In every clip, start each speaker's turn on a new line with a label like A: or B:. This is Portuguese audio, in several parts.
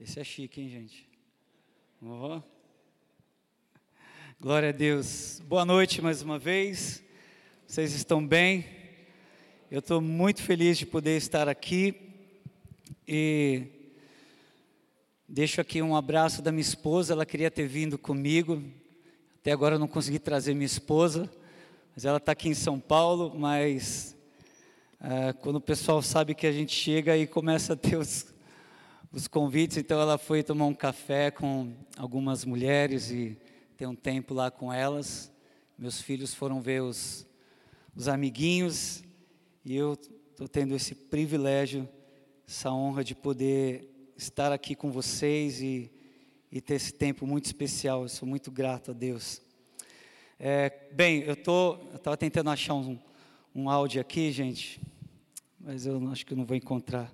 A: Esse é chique, hein, gente? Oh. Glória a Deus. Boa noite mais uma vez. Vocês estão bem? Eu estou muito feliz de poder estar aqui. E deixo aqui um abraço da minha esposa. Ela queria ter vindo comigo. Até agora eu não consegui trazer minha esposa. Mas ela está aqui em São Paulo. Mas quando o pessoal sabe que a gente chega e começa a ter os convites, então ela foi tomar um café com algumas mulheres e ter um tempo lá com elas. Meus filhos foram ver os amiguinhos e eu estou tendo esse privilégio, essa honra de poder estar aqui com vocês e ter esse tempo muito especial. Eu sou muito grato a Deus. Bem, eu estava tentando achar um áudio aqui, gente, mas eu acho que eu não vou encontrar.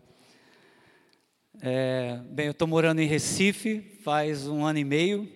A: Bem, eu estou morando em Recife faz 1 ano e meio.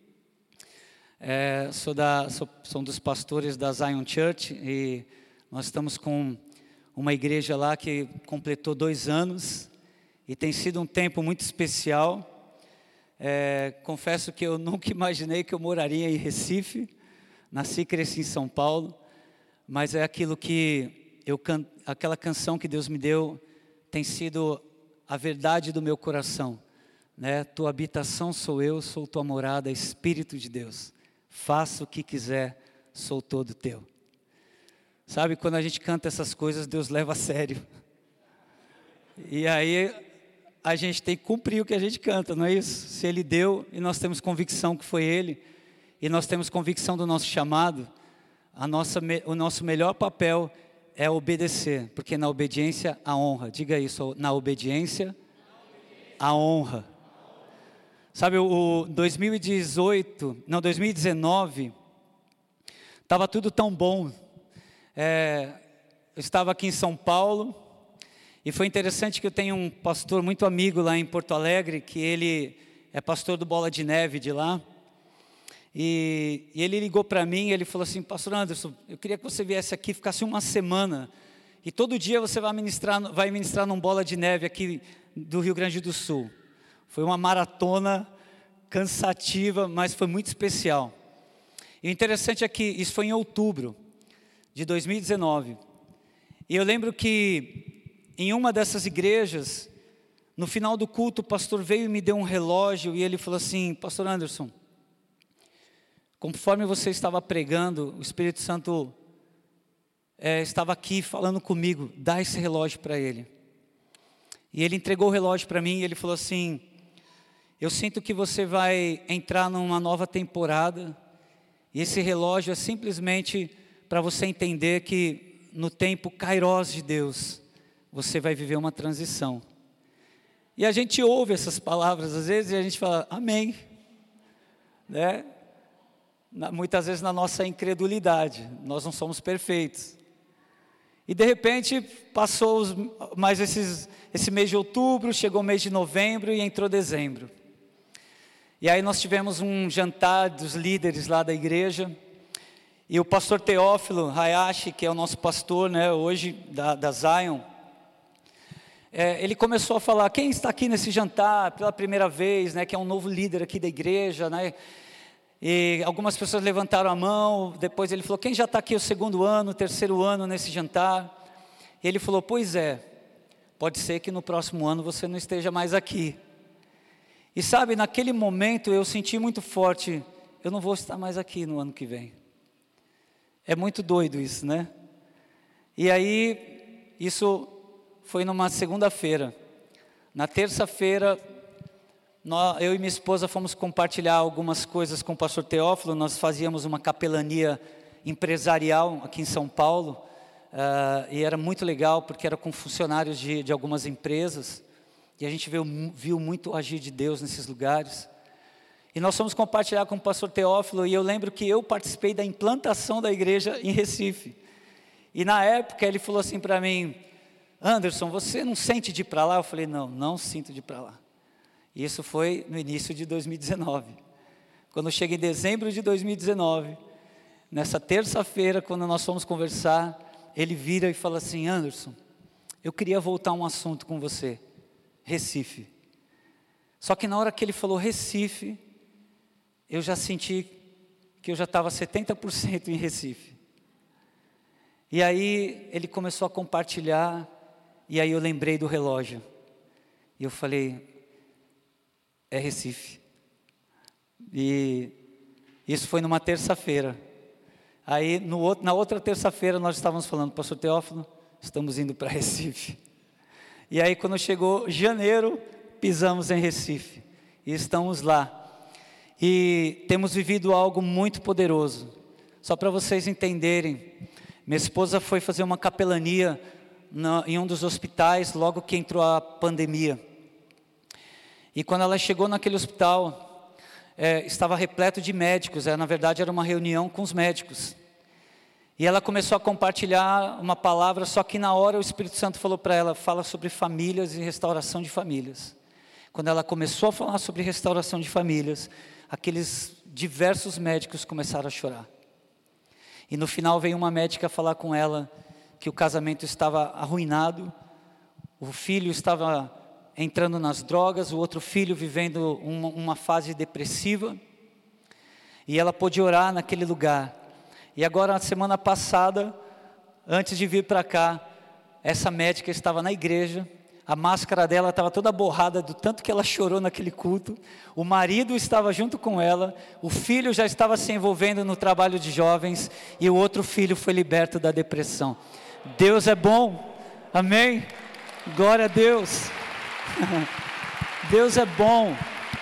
A: Sou um dos pastores da Zion Church e nós estamos com uma igreja lá que completou 2 anos e tem sido um tempo muito especial. Confesso que eu nunca imaginei que eu moraria em Recife. Nasci e cresci em São Paulo, mas é aquilo que aquela canção que Deus me deu tem sido a verdade do meu coração, né? Tua habitação sou eu, sou tua morada, Espírito de Deus. Faça o que quiser, sou todo teu. Sabe, quando a gente canta essas coisas, Deus leva a sério. E aí a gente tem que cumprir o que a gente canta, não é isso? Se Ele deu e nós temos convicção que foi Ele, e nós temos convicção do nosso chamado, o nosso melhor papel é obedecer, porque na obediência a honra. Diga isso, na obediência a honra. Sabe, o 2019, estava tudo tão bom. Eu estava aqui em São Paulo, e foi interessante que eu tenho um pastor muito amigo lá em Porto Alegre, que ele é pastor do Bola de Neve de lá. E ele ligou para mim e ele falou assim: Pastor Anderson, eu queria que você viesse aqui, ficasse 1 semana, e todo dia você vai ministrar num Bola de Neve aqui do Rio Grande do Sul. Foi uma maratona cansativa, mas foi muito especial. E o interessante é que isso foi em outubro de 2019. E eu lembro que em uma dessas igrejas, no final do culto, o pastor veio e me deu um relógio e ele falou assim: Pastor Anderson, conforme você estava pregando, o Espírito Santo estava aqui falando comigo, dá esse relógio para ele. E ele entregou o relógio para mim e ele falou assim: eu sinto que você vai entrar numa nova temporada, e esse relógio é simplesmente para você entender que no tempo Kairos de Deus, você vai viver uma transição. E a gente ouve essas palavras às vezes e a gente fala, amém, né? Muitas vezes na nossa incredulidade, nós não somos perfeitos. E de repente passou esse mês de outubro, chegou o mês de novembro e entrou dezembro. E aí nós tivemos um jantar dos líderes lá da igreja, e o pastor Teófilo Hayashi, que é o nosso pastor, né, hoje da Zion, ele começou a falar: quem está aqui nesse jantar pela primeira vez, né, que é um novo líder aqui da igreja, né? E algumas pessoas levantaram a mão. Depois ele falou: quem já está aqui o 2º ano, 3º ano nesse jantar? E ele falou: pois pode ser que no próximo ano você não esteja mais aqui. E sabe, naquele momento eu senti muito forte, eu não vou estar mais aqui no ano que vem. É muito doido isso, né? E aí, isso foi numa segunda-feira. Na terça-feira, eu e minha esposa fomos compartilhar algumas coisas com o pastor Teófilo. Nós fazíamos uma capelania empresarial aqui em São Paulo, e era muito legal porque era com funcionários de algumas empresas, e a gente viu muito agir de Deus nesses lugares. E nós fomos compartilhar com o pastor Teófilo, e eu lembro que eu participei da implantação da igreja em Recife. E na época ele falou assim para mim: Anderson, você não sente de ir para lá? Eu falei: não sinto de ir para lá. Isso foi no início de 2019. Quando eu cheguei em dezembro de 2019, nessa terça-feira, quando nós fomos conversar, ele vira e fala assim: Anderson, eu queria voltar a um assunto com você, Recife. Só que na hora que ele falou Recife, eu já senti que eu já estava 70% em Recife. E aí ele começou a compartilhar, e aí eu lembrei do relógio. E eu falei, é Recife. E isso foi numa terça-feira. Aí na outra terça-feira nós estávamos falando, pastor Teófilo, estamos indo para Recife. E aí quando chegou janeiro, pisamos em Recife. E estamos lá. E temos vivido algo muito poderoso. Só para vocês entenderem, minha esposa foi fazer uma capelania em um dos hospitais logo que entrou a pandemia. E quando ela chegou naquele hospital, estava repleto de médicos, na verdade era uma reunião com os médicos. E ela começou a compartilhar uma palavra, só que na hora o Espírito Santo falou para ela, fala sobre famílias e restauração de famílias. Quando ela começou a falar sobre restauração de famílias, aqueles diversos médicos começaram a chorar. E no final veio uma médica falar com ela que o casamento estava arruinado, o filho estava entrando nas drogas, o outro filho vivendo uma fase depressiva, e ela pôde orar naquele lugar. E agora, na semana passada, antes de vir para cá, essa médica estava na igreja, a máscara dela estava toda borrada do tanto que ela chorou naquele culto, o marido estava junto com ela, o filho já estava se envolvendo no trabalho de jovens, e o outro filho foi liberto da depressão. Deus é bom, amém? Glória a Deus. Deus é bom,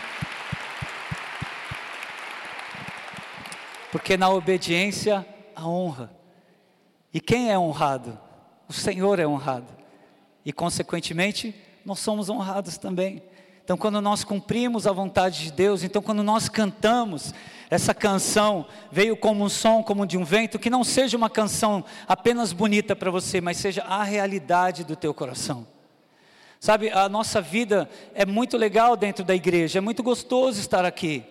A: porque na obediência a honra, e quem é honrado? O Senhor é honrado, e consequentemente nós somos honrados também. Então quando nós cumprimos a vontade de Deus, então quando nós cantamos, essa canção veio como um som, como de um vento, que não seja uma canção apenas bonita para você, mas seja a realidade do teu coração. Sabe, a nossa vida é muito legal dentro da igreja, é muito gostoso estar aqui.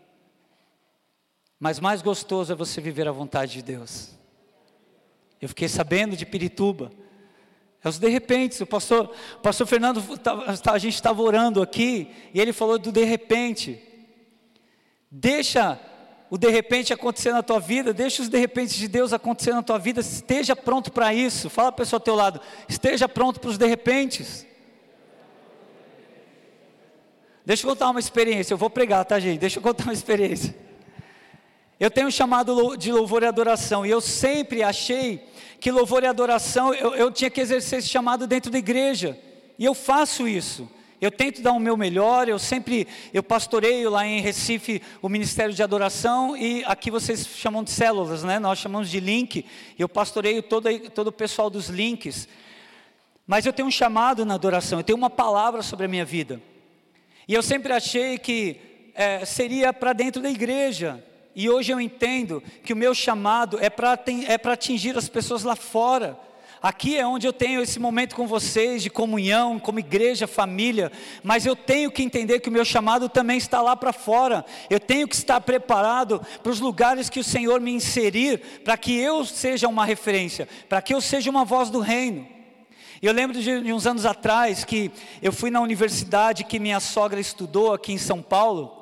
A: Mas mais gostoso é você viver a vontade de Deus. Eu fiquei sabendo de Pirituba. É os de repente, o pastor Fernando, a gente estava orando aqui, e ele falou do de repente. Deixa o de repente acontecer na tua vida, deixa os de repente de Deus acontecer na tua vida, esteja pronto para isso. Fala para a pessoa ao teu lado, esteja pronto para os de repentes. Deixa eu contar uma experiência, eu vou pregar, tá gente? Deixa eu contar uma experiência. Eu tenho um chamado de louvor e adoração, e eu sempre achei que louvor e adoração, eu tinha que exercer esse chamado dentro da igreja, e eu faço isso. Eu tento dar o meu melhor, eu pastoreio lá em Recife o Ministério de Adoração, e aqui vocês chamam de células, né? Nós chamamos de link, e eu pastoreio todo o pessoal dos links. Mas eu tenho um chamado na adoração, eu tenho uma palavra sobre a minha vida. E eu sempre achei que seria para dentro da igreja. E hoje eu entendo que o meu chamado é para atingir as pessoas lá fora. Aqui é onde eu tenho esse momento com vocês, de comunhão, como igreja, família. Mas eu tenho que entender que o meu chamado também está lá para fora. Eu tenho que estar preparado para os lugares que o Senhor me inserir, para que eu seja uma referência, para que eu seja uma voz do reino. Eu lembro de uns anos atrás que eu fui na universidade que minha sogra estudou aqui em São Paulo,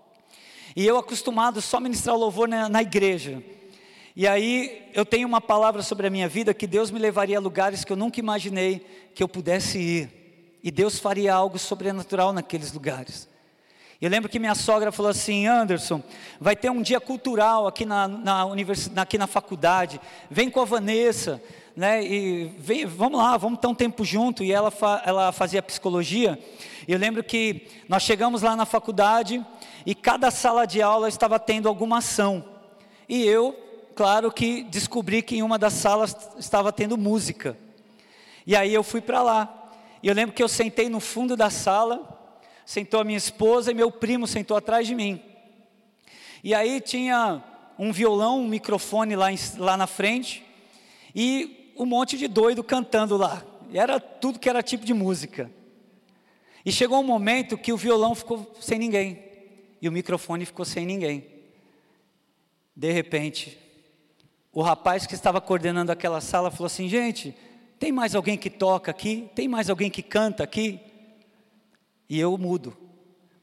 A: e eu acostumado só ministrar o louvor na igreja, e aí eu tenho uma palavra sobre a minha vida, que Deus me levaria a lugares que eu nunca imaginei que eu pudesse ir, e Deus faria algo sobrenatural naqueles lugares. Eu lembro que minha sogra falou assim: Anderson, vai ter um dia cultural aqui aqui na faculdade, vem com a Vanessa, né, e vamos lá, vamos ter um tempo junto. E ela fazia psicologia. Eu lembro que nós chegamos lá na faculdade, e cada sala de aula estava tendo alguma ação, e eu, claro que descobri que em uma das salas estava tendo música, e aí eu fui para lá, e eu lembro que eu sentei no fundo da sala, sentou a minha esposa, e meu primo sentou atrás de mim, e aí tinha um violão, um microfone lá na frente, e um monte de doido cantando lá, e era tudo que era tipo de música. E chegou um momento que o violão ficou sem ninguém, e o microfone ficou sem ninguém. De repente, o rapaz que estava coordenando aquela sala falou assim: gente, tem mais alguém que toca aqui? Tem mais alguém que canta aqui? E eu mudo,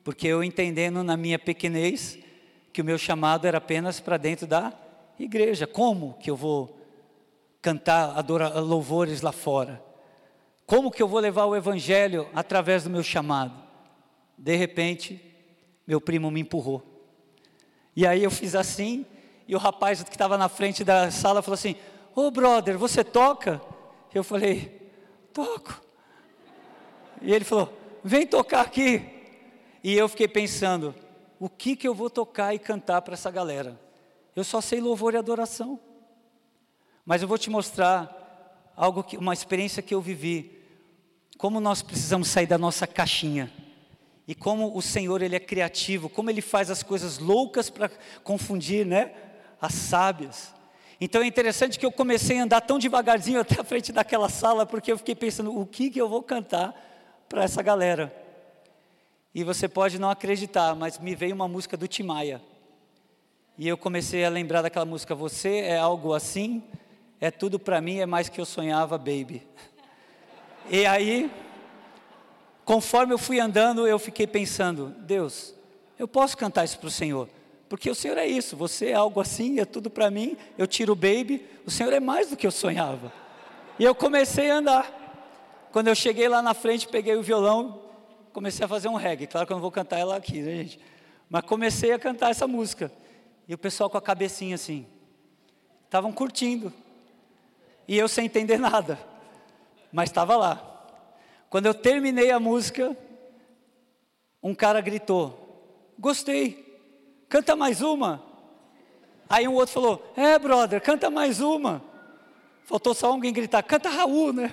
A: Porque eu entendendo na minha pequenez que o meu chamado era apenas para dentro da igreja. Como que eu vou cantar louvores lá fora? Como que eu vou levar o evangelho através do meu chamado? De repente, meu primo me empurrou. E aí eu fiz assim, e o rapaz que estava na frente da sala falou assim: ô brother, você toca? Eu falei: toco. E ele falou: vem tocar aqui. E eu fiquei pensando, o que eu vou tocar e cantar para essa galera? Eu só sei louvor e adoração. Mas eu vou te mostrar uma experiência que eu vivi. Como nós precisamos sair da nossa caixinha. E como o Senhor, Ele é criativo. Como Ele faz as coisas loucas para confundir, né, as sábias. Então é interessante que eu comecei a andar tão devagarzinho até a frente daquela sala. Porque eu fiquei pensando, o que eu vou cantar para essa galera? E você pode não acreditar, mas me veio uma música do Tim Maia. E eu comecei a lembrar daquela música: você é algo assim, é tudo para mim, é mais que eu sonhava, baby. E aí, conforme eu fui andando, eu fiquei pensando: Deus, eu posso cantar isso para o Senhor? Porque o Senhor é isso, você é algo assim, é tudo para mim, eu tiro o baby, o Senhor é mais do que eu sonhava. E eu comecei a andar. Quando eu cheguei lá na frente, peguei o violão, comecei a fazer um reggae. Claro que eu não vou cantar ela aqui, né, gente? Mas comecei a cantar essa música. E o pessoal com a cabecinha assim, estavam curtindo. E eu sem entender nada, mas estava lá. Quando eu terminei a música, um cara gritou: gostei, canta mais uma. Aí um outro falou: brother, canta mais uma. Faltou só alguém gritar: canta Raul, né?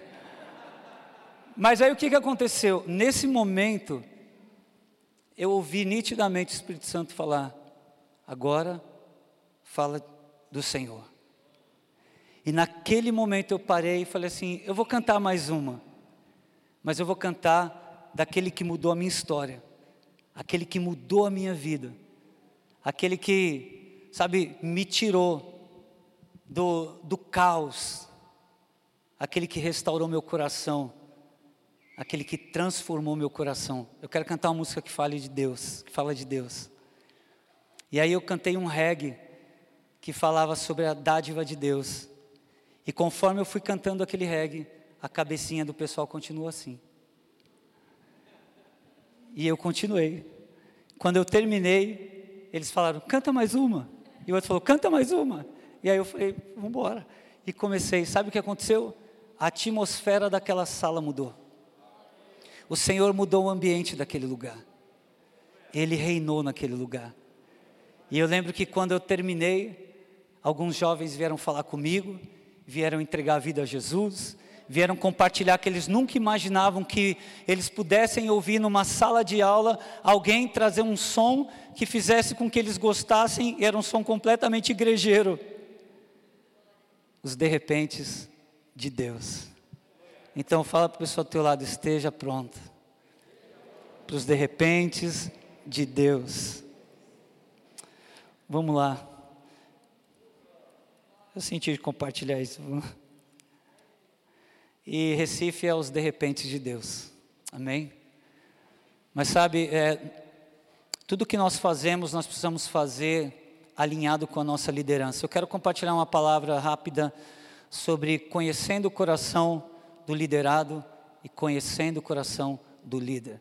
A: Mas aí o que aconteceu? Nesse momento, eu ouvi nitidamente o Espírito Santo falar: agora fala do Senhor. E naquele momento eu parei e falei assim: eu vou cantar mais uma, mas eu vou cantar daquele que mudou a minha história, aquele que mudou a minha vida, aquele que, sabe, me tirou do caos, aquele que restaurou meu coração, aquele que transformou meu coração. Eu quero cantar uma música que fale de Deus, que fala de Deus. E aí eu cantei um reggae que falava sobre a dádiva de Deus. E conforme eu fui cantando aquele reggae, a cabecinha do pessoal continuou assim. E eu continuei. Quando eu terminei, eles falaram: canta mais uma. E o outro falou: canta mais uma. E aí eu falei: vamos embora. E comecei. Sabe o que aconteceu? A atmosfera daquela sala mudou. O Senhor mudou o ambiente daquele lugar. Ele reinou naquele lugar. E eu lembro que quando eu terminei, alguns jovens vieram falar comigo, vieram entregar a vida a Jesus, vieram compartilhar que eles nunca imaginavam que eles pudessem ouvir numa sala de aula alguém trazer um som que fizesse com que eles gostassem, e era um som completamente igrejeiro. Os de repentes de Deus. Então fala para o pessoal do teu lado: esteja pronto para os de repentes de Deus. Vamos lá. Eu senti de compartilhar isso. E Recife é os de repente de Deus. Amém? Mas sabe, tudo que nós fazemos, nós precisamos fazer alinhado com a nossa liderança. Eu quero compartilhar uma palavra rápida sobre conhecendo o coração do liderado e conhecendo o coração do líder.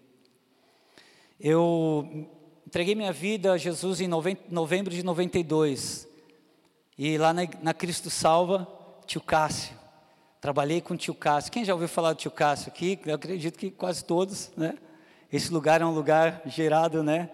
A: Eu entreguei minha vida a Jesus em novembro de 92. E lá na Cristo Salva, tio Cássio. Trabalhei com o tio Cássio. Quem já ouviu falar do tio Cássio aqui? Eu acredito que quase todos, né? Esse lugar é um lugar gerado, né?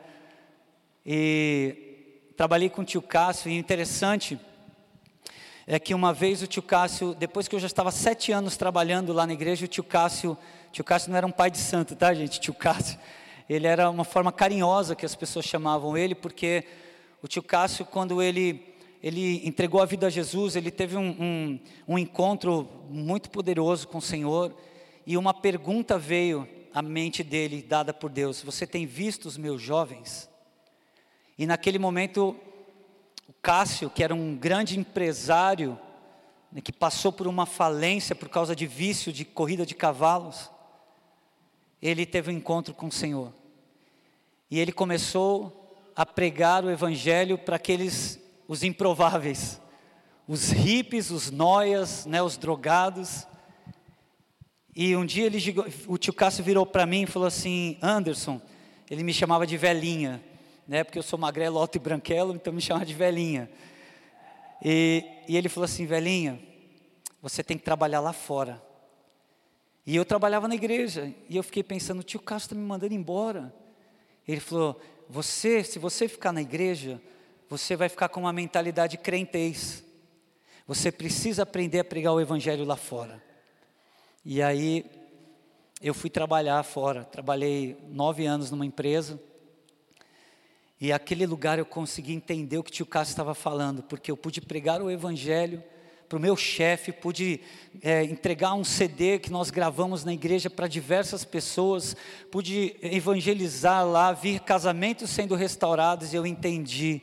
A: E trabalhei com o tio Cássio. E interessante é que uma vez o tio Cássio, depois que eu já estava 7 anos trabalhando lá na igreja, o tio Cássio não era um pai de santo, tá, gente? Tio Cássio, ele era uma forma carinhosa que as pessoas chamavam ele, porque o tio Cássio, quando ele entregou a vida a Jesus, ele teve um encontro muito poderoso com o Senhor, e uma pergunta veio à mente dele, dada por Deus: você tem visto os meus jovens? E naquele momento, o Cássio, que era um grande empresário, né, que passou por uma falência por causa de vício de corrida de cavalos, ele teve um encontro com o Senhor. E ele começou a pregar o evangelho para os improváveis, os hippies, os noias, né, os drogados. E um dia o tio Cássio virou para mim e falou assim: Anderson, ele me chamava de velhinha, né, porque eu sou magrelo, alto e branquelo, então me chamava de velhinha. E ele falou assim: velhinha, você tem que trabalhar lá fora. E eu trabalhava na igreja, e eu fiquei pensando: o tio Cássio está me mandando embora. Ele falou: se você ficar na igreja, você vai ficar com uma mentalidade crentez. Você precisa aprender a pregar o evangelho lá fora. E aí, eu fui trabalhar fora. Trabalhei 9 anos numa empresa. E aquele lugar eu consegui entender o que o tio Cássio estava falando, porque eu pude pregar o evangelho para o meu chefe, pude entregar um CD que nós gravamos na igreja para diversas pessoas, pude evangelizar lá, vi casamentos sendo restaurados, e eu entendi.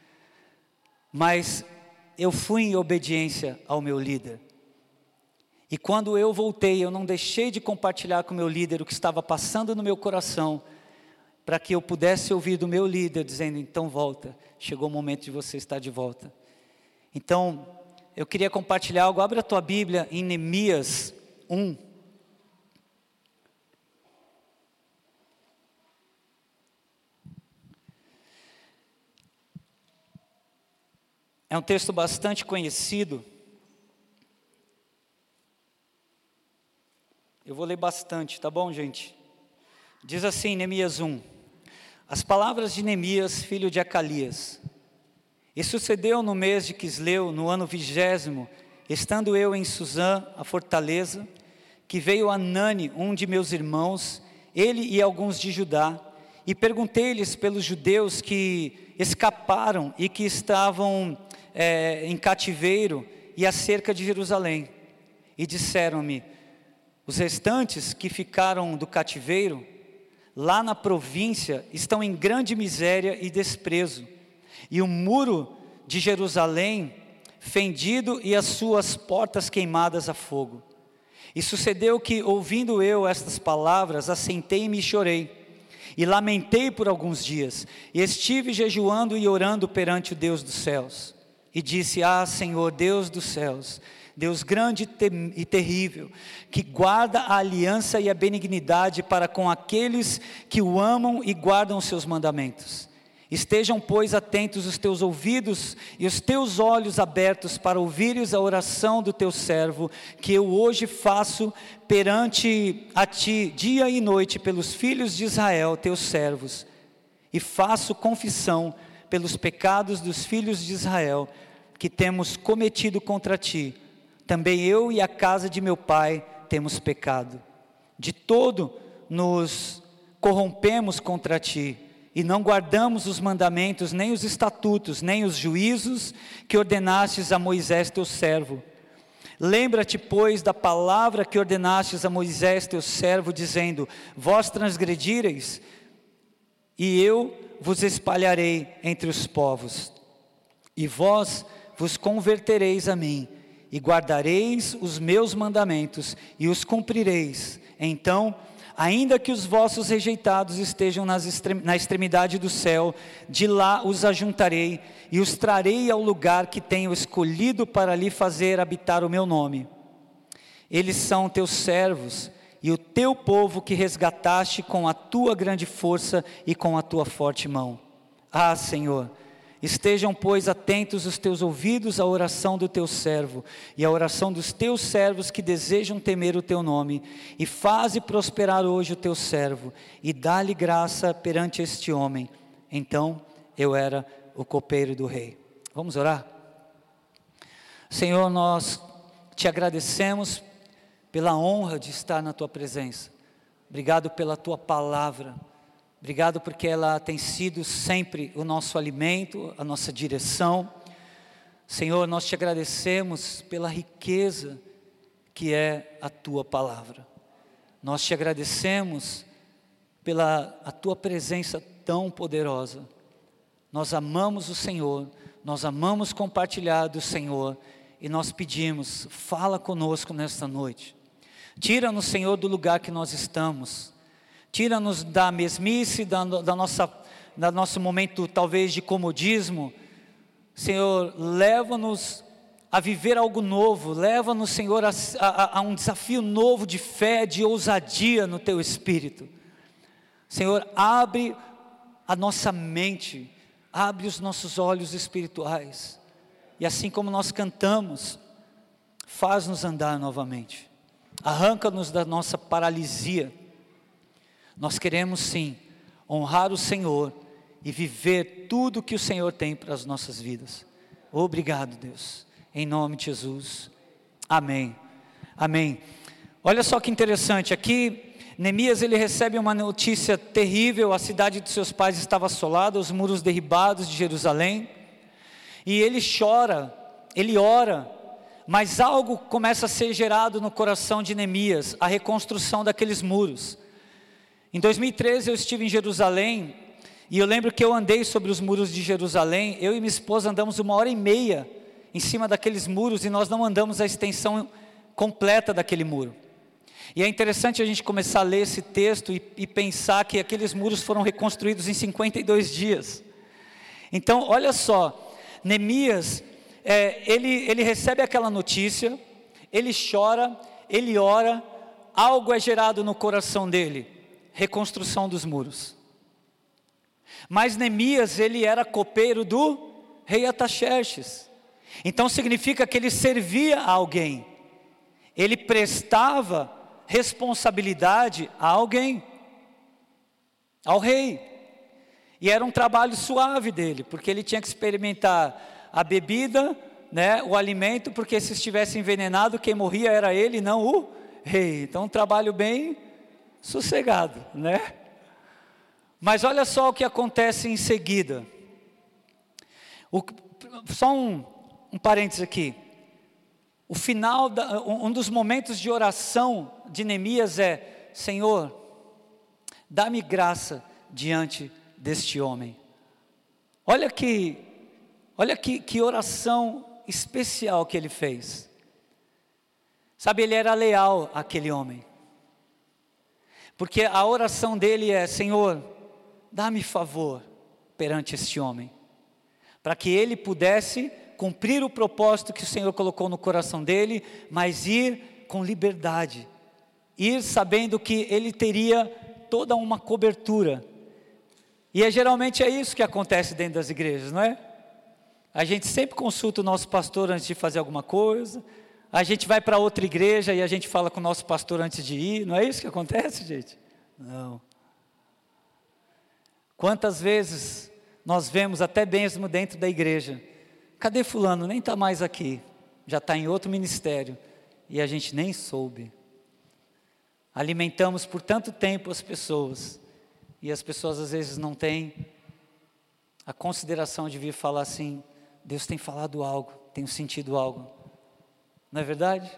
A: Mas eu fui em obediência ao meu líder. E quando eu voltei, eu não deixei de compartilhar com o meu líder o que estava passando no meu coração, para que eu pudesse ouvir do meu líder, dizendo: então volta, chegou o momento de você estar de volta. Então, eu queria compartilhar algo. Abre a tua Bíblia em Neemias 1. É um texto bastante conhecido. Eu vou ler bastante, tá bom, gente? Diz assim, Neemias 1. As palavras de Neemias, filho de Acalias. E sucedeu no mês de Quisleu, no ano 20º, estando eu em Suzã, a fortaleza, que veio Anani, um de meus irmãos, ele e alguns de Judá, e perguntei-lhes pelos judeus que escaparam e que estavam em cativeiro e acerca de Jerusalém. E disseram-me: os restantes que ficaram do cativeiro, lá na província, estão em grande miséria e desprezo, e o muro de Jerusalém fendido e as suas portas queimadas a fogo. E sucedeu que, ouvindo eu estas palavras, assentei-me e chorei, e lamentei por alguns dias, e estive jejuando e orando perante o Deus dos céus, e disse: ah, Senhor, Deus dos céus, Deus grande e terrível, que guarda a aliança e a benignidade para com aqueles que o amam e guardam os seus mandamentos. Estejam, pois, atentos os teus ouvidos e os teus olhos abertos para ouvires a oração do teu servo, que eu hoje faço perante a ti, dia e noite, pelos filhos de Israel, teus servos, e faço confissão pelos pecados dos filhos de Israel, que temos cometido contra ti. Também eu e a casa de meu pai temos pecado. De todo nos corrompemos contra ti, e não guardamos os mandamentos, nem os estatutos, nem os juízos que ordenastes a Moisés teu servo. Lembra-te, pois, da palavra que ordenastes a Moisés teu servo, dizendo: vós transgredireis, e eu vos espalharei entre os povos, e vós vos convertereis a mim, e guardareis os meus mandamentos, e os cumprireis. Então, ainda que os vossos rejeitados estejam na extremidade do céu, de lá os ajuntarei, e os trarei ao lugar que tenho escolhido para ali fazer habitar o meu nome. Eles são teus servos, e o teu povo que resgataste com a tua grande força e com a tua forte mão. Ah, Senhor, estejam, pois, atentos os teus ouvidos à oração do teu servo, e à oração dos teus servos que desejam temer o teu nome, e faze prosperar hoje o teu servo, e dá-lhe graça perante este homem. Então eu era o copeiro do rei. Vamos orar? Senhor, nós te agradecemos pela honra de estar na tua presença. Obrigado pela tua palavra. Obrigado porque ela tem sido sempre o nosso alimento, a nossa direção. Senhor, nós te agradecemos pela riqueza que é a tua palavra. Nós te agradecemos pela a tua presença tão poderosa. Nós amamos o Senhor, nós amamos compartilhar do Senhor, e nós pedimos: fala conosco nesta noite. Tira-nos, Senhor, do lugar que nós estamos. Tira-nos da mesmice, da nosso momento talvez de comodismo. Senhor, leva-nos a viver algo novo, leva-nos, Senhor, a um desafio novo de fé, de ousadia no Teu Espírito. Senhor, abre a nossa mente, abre os nossos olhos espirituais, e assim como nós cantamos, faz-nos andar novamente, arranca-nos da nossa paralisia. Nós queremos sim, honrar o Senhor, e viver tudo que o Senhor tem para as nossas vidas. Obrigado, Deus, em nome de Jesus, amém, amém. Olha só que interessante, aqui Neemias ele recebe uma notícia terrível, a cidade de seus pais estava assolada, os muros derribados de Jerusalém, e ele chora, ele ora, mas algo começa a ser gerado no coração de Neemias, a reconstrução daqueles muros. Em 2013 eu estive em Jerusalém, e eu lembro que eu andei sobre os muros de Jerusalém, eu e minha esposa andamos 1h30 em cima daqueles muros, e nós não andamos a extensão completa daquele muro. E é interessante a gente começar a ler esse texto e pensar que aqueles muros foram reconstruídos em 52 dias. Então olha só, Neemias, ele recebe aquela notícia, ele chora, ele ora, algo é gerado no coração dele, reconstrução dos muros. Mas Neemias, ele era copeiro do rei Artaxerxes, então significa que ele servia a alguém, ele prestava responsabilidade a alguém, ao rei, e era um trabalho suave dele, porque ele tinha que experimentar a bebida, né, o alimento, porque se estivesse envenenado, quem morria era ele, não o rei. Então um trabalho bem sossegado, né? Mas olha só o que acontece em seguida. Só um parênteses aqui. O final, um dos momentos de oração de Neemias é: Senhor, dá-me graça diante deste homem. Olha que oração especial que ele fez. Sabe, ele era leal àquele homem. Porque a oração dele é: Senhor, dá-me favor perante este homem, para que ele pudesse cumprir o propósito que o Senhor colocou no coração dele, mas ir com liberdade, ir sabendo que ele teria toda uma cobertura. E geralmente é isso que acontece dentro das igrejas, não é? A gente sempre consulta o nosso pastor antes de fazer alguma coisa, a gente vai para outra igreja e a gente fala com o nosso pastor antes de ir, não é isso que acontece, gente? Não. Quantas vezes nós vemos até mesmo dentro da igreja: cadê fulano? Nem está mais aqui, já está em outro ministério, e a gente nem soube. Alimentamos por tanto tempo as pessoas, e as pessoas às vezes não têm a consideração de vir falar assim: Deus tem falado algo, tenho sentido algo, não é verdade?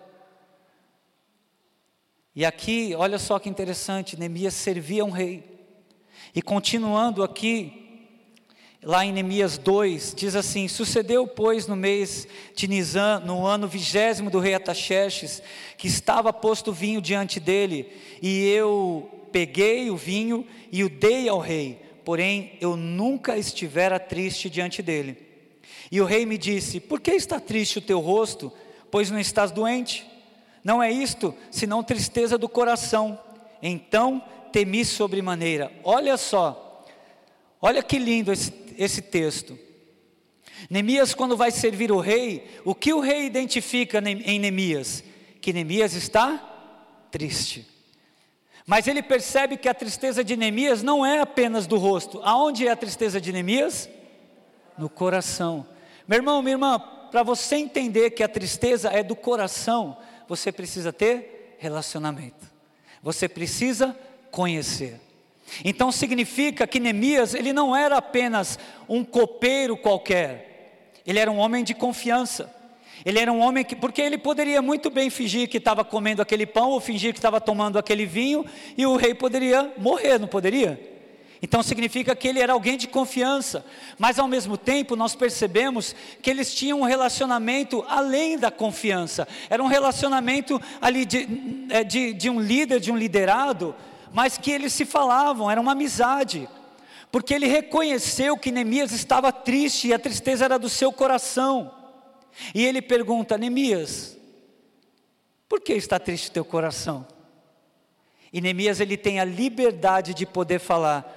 A: E aqui, olha só que interessante, Neemias servia um rei. E continuando aqui, lá em Neemias 2, diz assim: sucedeu, pois, no mês de Nisan, no ano 20º do rei Artaxerxes, que estava posto vinho diante dele, e eu peguei o vinho e o dei ao rei, porém eu nunca estivera triste diante dele. E o rei me disse: por que está triste o teu rosto, pois não estás doente? Não é isto, senão tristeza do coração. Então temi sobremaneira. Olha só, olha que lindo esse texto. Neemias, quando vai servir o rei, o que o rei identifica em Neemias? Que Neemias está triste. Mas ele percebe que a tristeza de Neemias não é apenas do rosto. Aonde é a tristeza de Neemias? No coração. Meu irmão, minha irmã, para você entender que a tristeza é do coração, você precisa ter relacionamento. Você precisa conhecer. Então significa que Neemias, ele não era apenas um copeiro qualquer, ele era um homem de confiança, ele era um homem porque ele poderia muito bem fingir que estava comendo aquele pão, ou fingir que estava tomando aquele vinho, e o rei poderia morrer, não poderia? Então significa que ele era alguém de confiança, mas ao mesmo tempo nós percebemos que eles tinham um relacionamento além da confiança, era um relacionamento ali de um líder, de um liderado, mas que eles se falavam, era uma amizade, porque ele reconheceu que Neemias estava triste, e a tristeza era do seu coração, e ele pergunta: Neemias, por que está triste o teu coração? E Neemias, ele tem a liberdade de poder falar: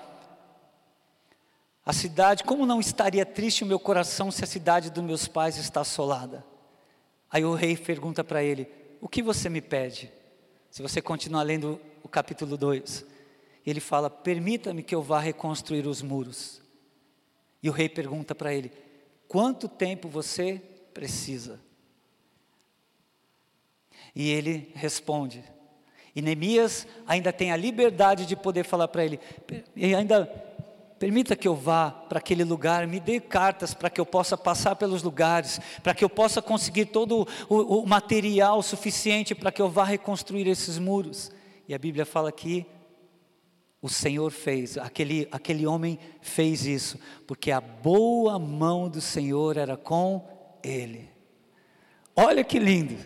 A: a cidade, como não estaria triste o meu coração se a cidade dos meus pais está assolada? Aí o rei pergunta para ele: o que você me pede? Se você continuar lendo o capítulo 2, ele fala: permita-me que eu vá reconstruir os muros. E o rei pergunta para ele: quanto tempo você precisa? E ele responde, e Neemias ainda tem a liberdade de poder falar para ele: e ainda permita que eu vá para aquele lugar, me dê cartas para que eu possa passar pelos lugares, para que eu possa conseguir todo o material suficiente para que eu vá reconstruir esses muros. E a Bíblia fala que o Senhor fez, aquele homem fez isso, porque a boa mão do Senhor era com ele. Olha que lindo.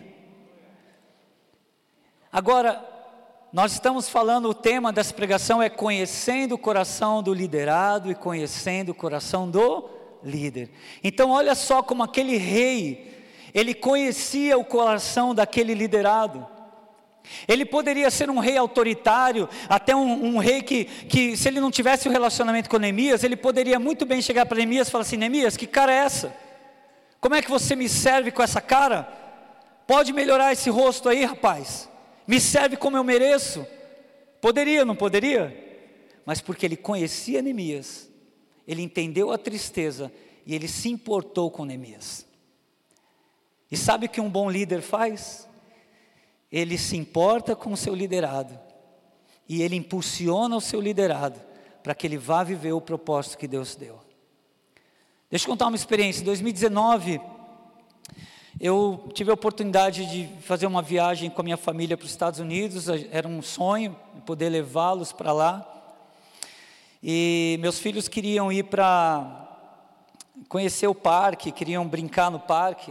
A: Agora, nós estamos falando, o tema dessa pregação é conhecendo o coração do liderado e conhecendo o coração do líder. Então olha só como aquele rei, ele conhecia o coração daquele liderado. Ele poderia ser um rei autoritário, até um rei que se ele não tivesse um relacionamento com Neemias, ele poderia muito bem chegar para Neemias e falar assim: Neemias, que cara é essa? Como é que você me serve com essa cara? Pode melhorar esse rosto aí, rapaz? Me serve como eu mereço? Poderia, não poderia? Mas porque ele conhecia Neemias, ele entendeu a tristeza e ele se importou com Neemias. E sabe o que um bom líder faz? Ele se importa com o seu liderado e ele impulsiona o seu liderado para que ele vá viver o propósito que Deus deu. Deixa eu contar uma experiência. Em 2019, eu tive a oportunidade de fazer uma viagem com a minha família para os Estados Unidos. Era um sonho poder levá-los para lá. E meus filhos queriam ir para conhecer o parque, queriam brincar no parque.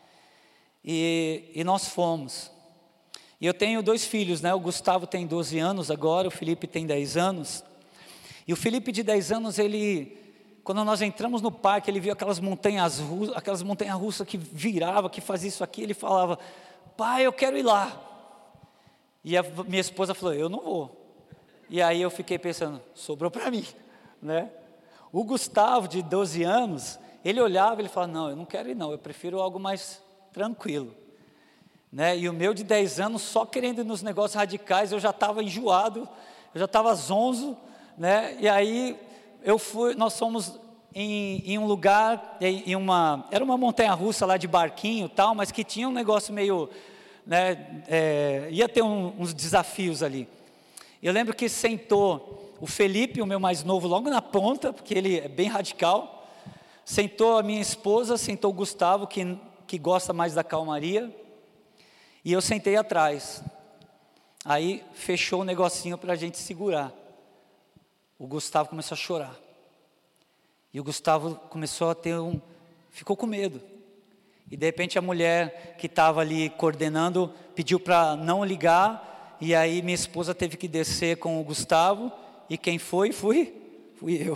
A: E nós fomos. E eu tenho 2 filhos, né? O Gustavo tem 12 anos agora, o Felipe tem 10 anos. E o Felipe de 10 anos, quando nós entramos no parque, ele viu aquelas montanhas russas que virava, que fazia isso aqui, ele falava: pai, eu quero ir lá. E a minha esposa falou: eu não vou. E aí eu fiquei pensando, sobrou para mim, né? O Gustavo de 12 anos, ele olhava, ele falava: não, eu não quero ir não, eu prefiro algo mais tranquilo, né? E o meu de 10 anos, só querendo ir nos negócios radicais, eu já estava enjoado, eu já estava zonzo, né? E aí nós fomos em um lugar, era uma montanha russa lá de barquinho e tal, mas que tinha um negócio meio, né, ia ter uns desafios ali. Eu lembro que sentou o Felipe, o meu mais novo, logo na ponta, porque ele é bem radical. Sentou a minha esposa, sentou o Gustavo, que gosta mais da calmaria, e eu sentei atrás. Aí fechou o negocinho para a gente segurar. O Gustavo começou a chorar. E o Gustavo começou a ficou com medo. E de repente a mulher que estava ali coordenando pediu para não ligar. E aí minha esposa teve que descer com o Gustavo. E quem foi? Fui eu.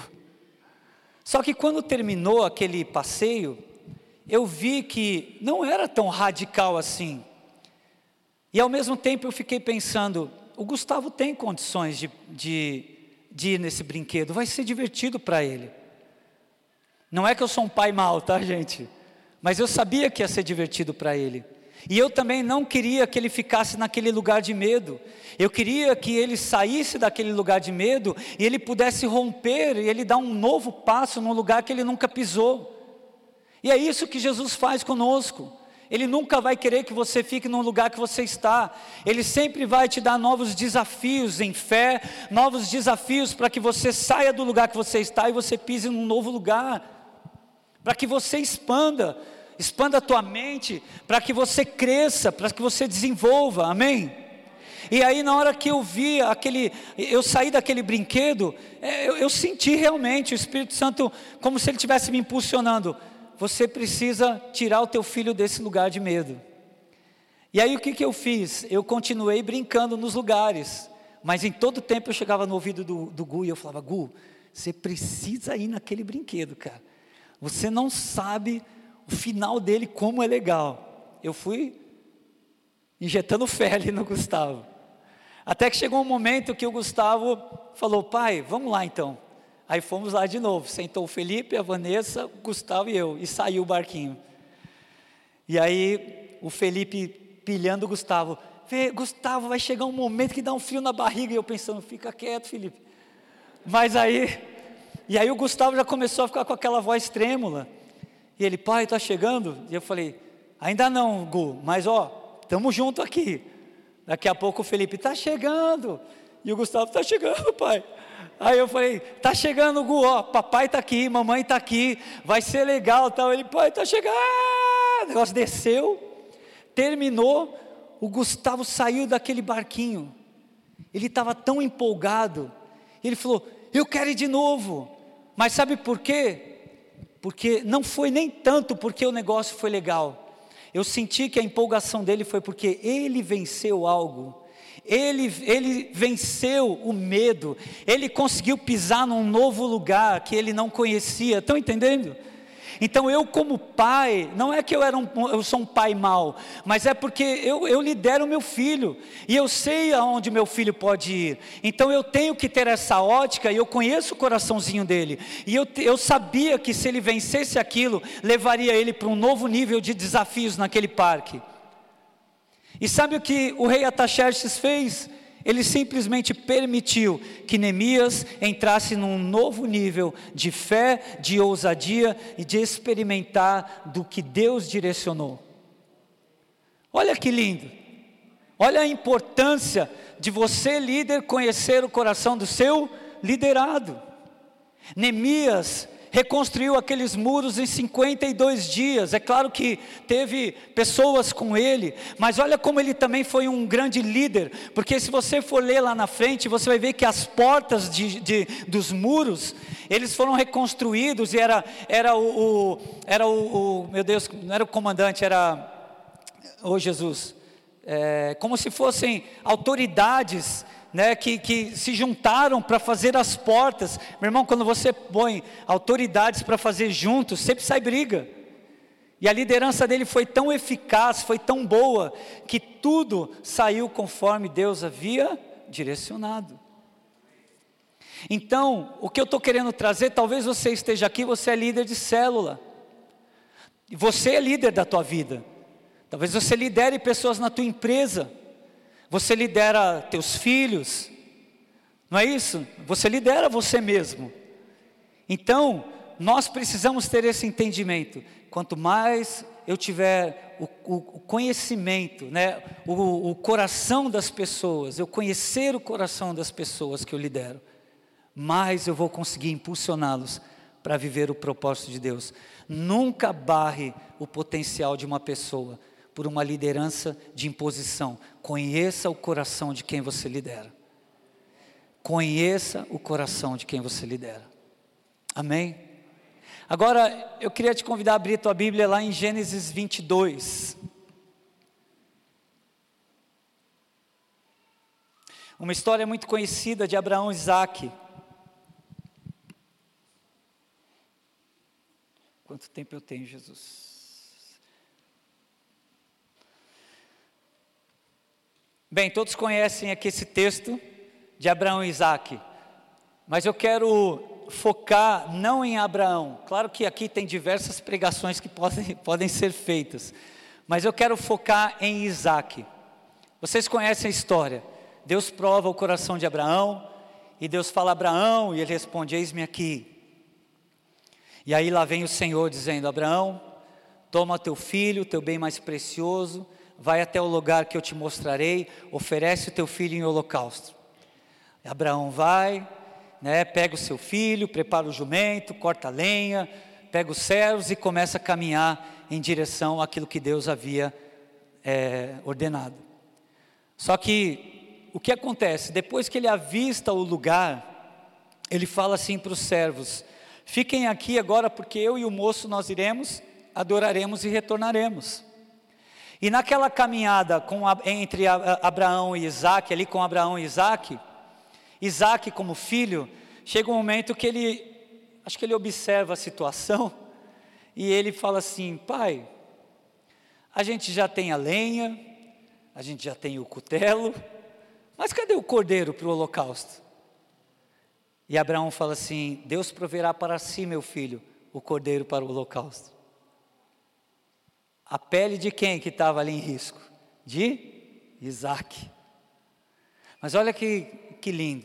A: Só que quando terminou aquele passeio, eu vi que não era tão radical assim. E ao mesmo tempo eu fiquei pensando: o Gustavo tem condições de ir nesse brinquedo, vai ser divertido para ele. Não é que eu sou um pai mau, tá, gente? Mas eu sabia que ia ser divertido para ele. E eu também não queria que ele ficasse naquele lugar de medo. Eu queria que ele saísse daquele lugar de medo e ele pudesse romper e ele dar um novo passo num lugar que ele nunca pisou. E é isso que Jesus faz conosco. Ele nunca vai querer que você fique no lugar que você está. Ele sempre vai te dar novos desafios em fé, novos desafios para que você saia do lugar que você está e você pise num novo lugar, para que você expanda a tua mente, para que você cresça, para que você desenvolva, amém? E aí na hora que eu vi eu saí daquele brinquedo, eu senti realmente o Espírito Santo, como se ele estivesse me impulsionando: você precisa tirar o teu filho desse lugar de medo. E aí o que eu fiz? Eu continuei brincando nos lugares, Mas em todo tempo eu chegava no ouvido do Gu e eu falava: Gu, você precisa ir naquele brinquedo, cara. Você não sabe o final dele, como é legal. Eu fui injetando fé ali no Gustavo. Até que chegou um momento que o Gustavo falou: pai, vamos lá então. Aí fomos lá de novo, sentou o Felipe, a Vanessa, o Gustavo e eu, e saiu o barquinho. E aí o Felipe pilhando o Gustavo: Gustavo, vai chegar um momento que dá um frio na barriga. E eu pensando: fica quieto, Felipe. Mas aí, e aí o Gustavo já começou a ficar com aquela voz trêmula. E ele: pai, está chegando? E eu falei: ainda não, Gu, mas estamos juntos aqui. Daqui a pouco o Felipe: está chegando. E o Gustavo: está chegando, pai. Aí eu falei: está chegando, Gu, papai está aqui, mamãe está aqui, vai ser legal, tal. Ele: pai, está chegando. O negócio desceu, terminou, o Gustavo saiu daquele barquinho. Ele estava tão empolgado, ele falou: eu quero ir de novo. Mas sabe por quê? Porque não foi nem tanto porque o negócio foi legal. Eu senti que a empolgação dele foi porque ele venceu algo. Ele venceu o medo. Ele conseguiu pisar num novo lugar que ele não conhecia. Estão entendendo? Então eu, como pai, não é que eu sou um pai mau, mas é porque eu lidero meu filho, e eu sei aonde meu filho pode ir. Então eu tenho que ter essa ótica, e eu conheço o coraçãozinho dele, e eu sabia que se ele vencesse aquilo, levaria ele para um novo nível de desafios naquele parque. E sabe o que o rei Artaxerxes fez? Ele simplesmente permitiu que Neemias entrasse num novo nível de fé, de ousadia e de experimentar do que Deus direcionou. Olha que lindo, olha a importância de você, líder, conhecer o coração do seu liderado. Neemias reconstruiu aqueles muros em 52 dias, é claro que teve pessoas com ele, mas olha como ele também foi um grande líder, porque se você for ler lá na frente, você vai ver que as portas dos muros, eles foram reconstruídos, e era o meu Deus, não era o comandante, era, Jesus, como se fossem autoridades, né, que se juntaram para fazer as portas. Meu irmão, quando você põe autoridades para fazer juntos, sempre sai briga. E a liderança dele foi tão eficaz, foi tão boa, que tudo saiu conforme Deus havia direcionado. Então, o que eu estou querendo trazer, talvez você esteja aqui, você é líder de célula, e você é líder da tua vida. Talvez você lidere pessoas na tua empresa, você lidera teus filhos, não é isso? Você lidera você mesmo. Então, nós precisamos ter esse entendimento. Quanto mais eu tiver o conhecimento, né, o coração das pessoas, eu conhecer o coração das pessoas que eu lidero, mais eu vou conseguir impulsioná-los para viver o propósito de Deus. Nunca barre o potencial de uma pessoa por uma liderança de imposição. Conheça o coração de quem você lidera. Conheça o coração de quem você lidera. Amém? Agora, eu queria te convidar a abrir tua Bíblia lá em Gênesis 22. Uma história muito conhecida de Abraão e Isaque. Quanto tempo eu tenho, Jesus? Bem, todos conhecem aqui esse texto de Abraão e Isaque, mas eu quero focar não em Abraão. Claro que aqui tem diversas pregações que podem ser feitas, mas eu quero focar em Isaque. Vocês conhecem a história. Deus prova o coração de Abraão, e Deus fala: Abraão, e ele responde: eis-me aqui. E aí lá vem o Senhor dizendo: Abraão, toma teu filho, teu bem mais precioso, vai até o lugar que eu te mostrarei, oferece o teu filho em holocausto. Abraão vai, né, pega o seu filho, prepara o jumento, corta a lenha, pega os servos e começa a caminhar em direção àquilo que Deus havia ordenado. Só que o que acontece? Depois que ele avista o lugar, ele fala assim para os servos: fiquem aqui agora, porque eu e o moço nós iremos, adoraremos e retornaremos. E naquela caminhada entre Abraão e Isaque, ali com Abraão e Isaque, Isaac como filho, chega um momento que acho que ele observa a situação, e ele fala assim: pai, a gente já tem a lenha, a gente já tem o cutelo, mas cadê o cordeiro para o holocausto? E Abraão fala assim: Deus proverá para si, meu filho, o cordeiro para o holocausto. A pele de quem que estava ali em risco? De Isaac. Mas olha que lindo.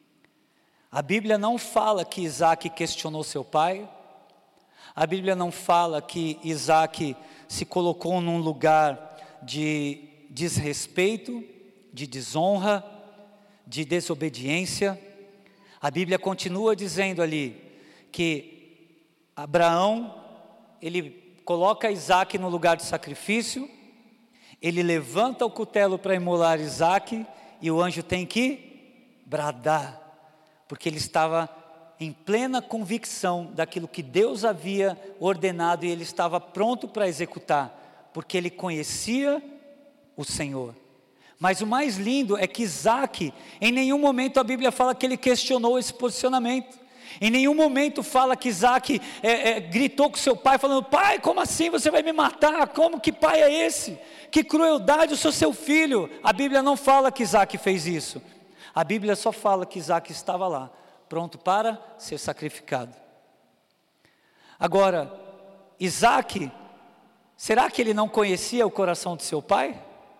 A: A Bíblia não fala que Isaac questionou seu pai. A Bíblia não fala que Isaac se colocou num lugar de desrespeito, de desonra, de desobediência. A Bíblia continua dizendo ali que Abraão, ele coloca Isaac no lugar de sacrifício, ele levanta o cutelo para imolar Isaac, e o anjo tem que bradar, porque ele estava em plena convicção daquilo que Deus havia ordenado, e ele estava pronto para executar, porque ele conhecia o Senhor. Mas o mais lindo é que Isaac, em nenhum momento a Bíblia fala que ele questionou esse posicionamento. Em nenhum momento fala que Isaac gritou com seu pai, falando: pai, como assim você vai me matar? Como que pai é esse? Que crueldade, eu sou seu filho. A Bíblia não fala que Isaac fez isso. A Bíblia só fala que Isaac estava lá, pronto para ser sacrificado. Agora, Isaac, será que ele não conhecia o coração de seu pai?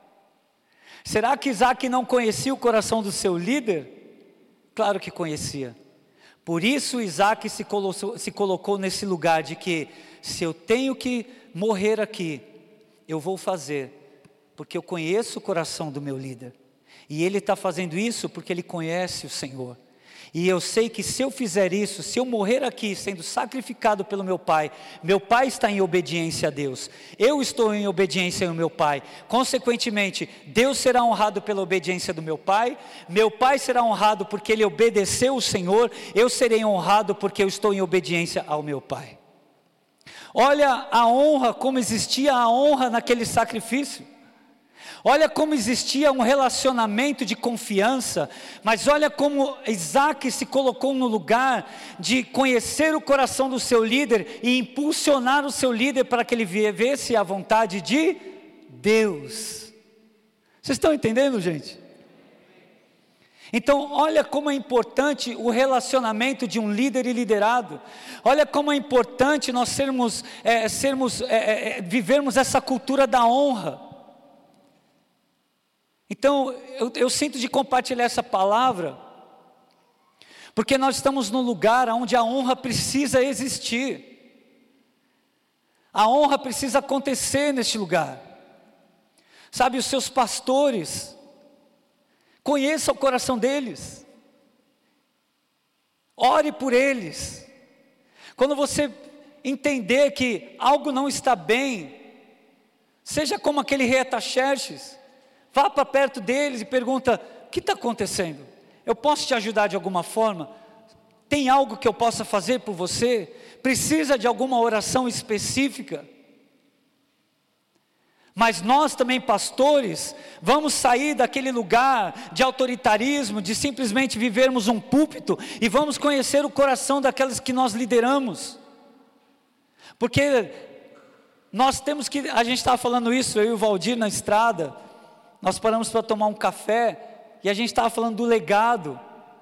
A: Será que Isaac não conhecia o coração do seu líder? Claro que conhecia. Por isso Isaac se colocou nesse lugar de que, se eu tenho que morrer aqui, eu vou fazer, porque eu conheço o coração do meu líder. E ele está fazendo isso porque ele conhece o Senhor. E eu sei que se eu fizer isso, se eu morrer aqui sendo sacrificado pelo meu pai está em obediência a Deus, eu estou em obediência ao meu pai, consequentemente, Deus será honrado pela obediência do meu pai será honrado porque ele obedeceu o Senhor, eu serei honrado porque eu estou em obediência ao meu pai. Olha a honra, como existia a honra naquele sacrifício. Olha como existia um relacionamento de confiança, mas olha como Isaac se colocou no lugar de conhecer o coração do seu líder e impulsionar o seu líder para que ele vivesse a vontade de Deus. Vocês estão entendendo, gente? Então, olha como é importante o relacionamento de um líder e liderado. Olha como é importante nós vivermos essa cultura da honra. Então, eu sinto de compartilhar essa palavra, porque nós estamos num lugar onde a honra precisa existir. A honra precisa acontecer neste lugar. Sabe, os seus pastores, conheça o coração deles. Ore por eles. Quando você entender que algo não está bem, seja como aquele rei Ataxerxes, vá para perto deles e pergunta: o que está acontecendo? Eu posso te ajudar de alguma forma? Tem algo que eu possa fazer por você? Precisa de alguma oração específica? Mas nós também, pastores, vamos sair daquele lugar de autoritarismo, de simplesmente vivermos um púlpito, e vamos conhecer o coração daqueles que nós lideramos. Porque nós temos que, a gente estava falando isso, eu e o Valdir na estrada, nós paramos para tomar um café, e a gente estava falando do legado,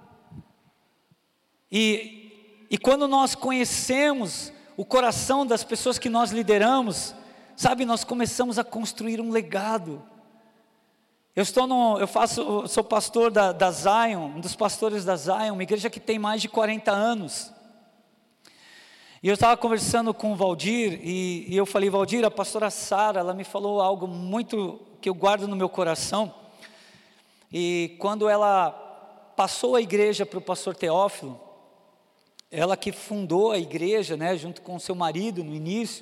A: e quando nós conhecemos o coração das pessoas que nós lideramos, sabe, nós começamos a construir um legado. Sou pastor da Zion, um dos pastores da Zion, uma igreja que tem mais de 40 anos, e eu estava conversando com o Valdir, e eu falei: Valdir, a pastora Sara, ela me falou algo muito que eu guardo no meu coração, e quando ela passou a igreja para o pastor Teófilo, ela que fundou a igreja, né, junto com o seu marido no início,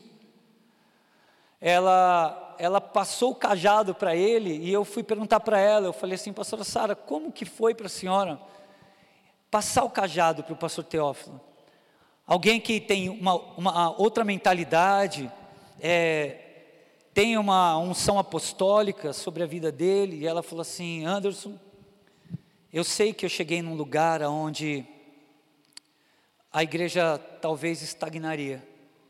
A: ela passou o cajado para ele, e eu fui perguntar para ela, eu falei assim: pastora Sara, como que foi para a senhora passar o cajado para o pastor Teófilo? Alguém que tem uma outra mentalidade, tem uma unção apostólica sobre a vida dele. E ela falou assim: Anderson, Eu sei que eu cheguei num lugar onde a igreja talvez estagnaria.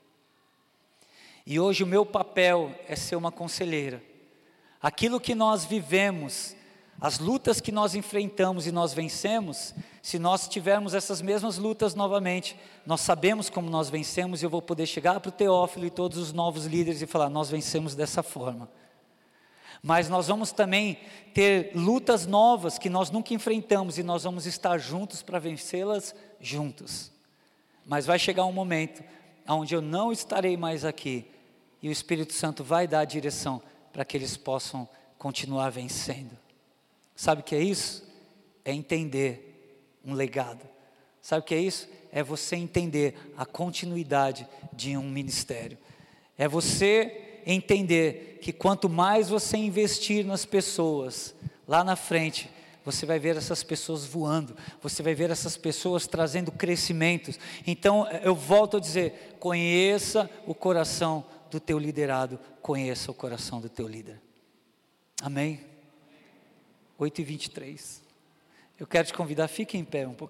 A: E hoje o meu papel é ser uma conselheira. Aquilo que nós vivemos, as lutas que nós enfrentamos e nós vencemos, se nós tivermos essas mesmas lutas novamente, nós sabemos como nós vencemos, e eu vou poder chegar para o Teófilo e todos os novos líderes e falar, nós vencemos dessa forma. Mas nós vamos também ter lutas novas que nós nunca enfrentamos, e nós vamos estar juntos para vencê-las juntos. Mas vai chegar um momento onde eu não estarei mais aqui, e o Espírito Santo vai dar a direção para que eles possam continuar vencendo. Sabe o que é isso? É entender um legado. Sabe o que é isso? É você entender a continuidade de um ministério. É você entender que quanto mais você investir nas pessoas, lá na frente, você vai ver essas pessoas voando, você vai ver essas pessoas trazendo crescimentos. Então, eu volto a dizer, conheça o coração do teu liderado, conheça o coração do teu líder. Amém? 8h23. Eu quero te convidar, fique em pé um pouco.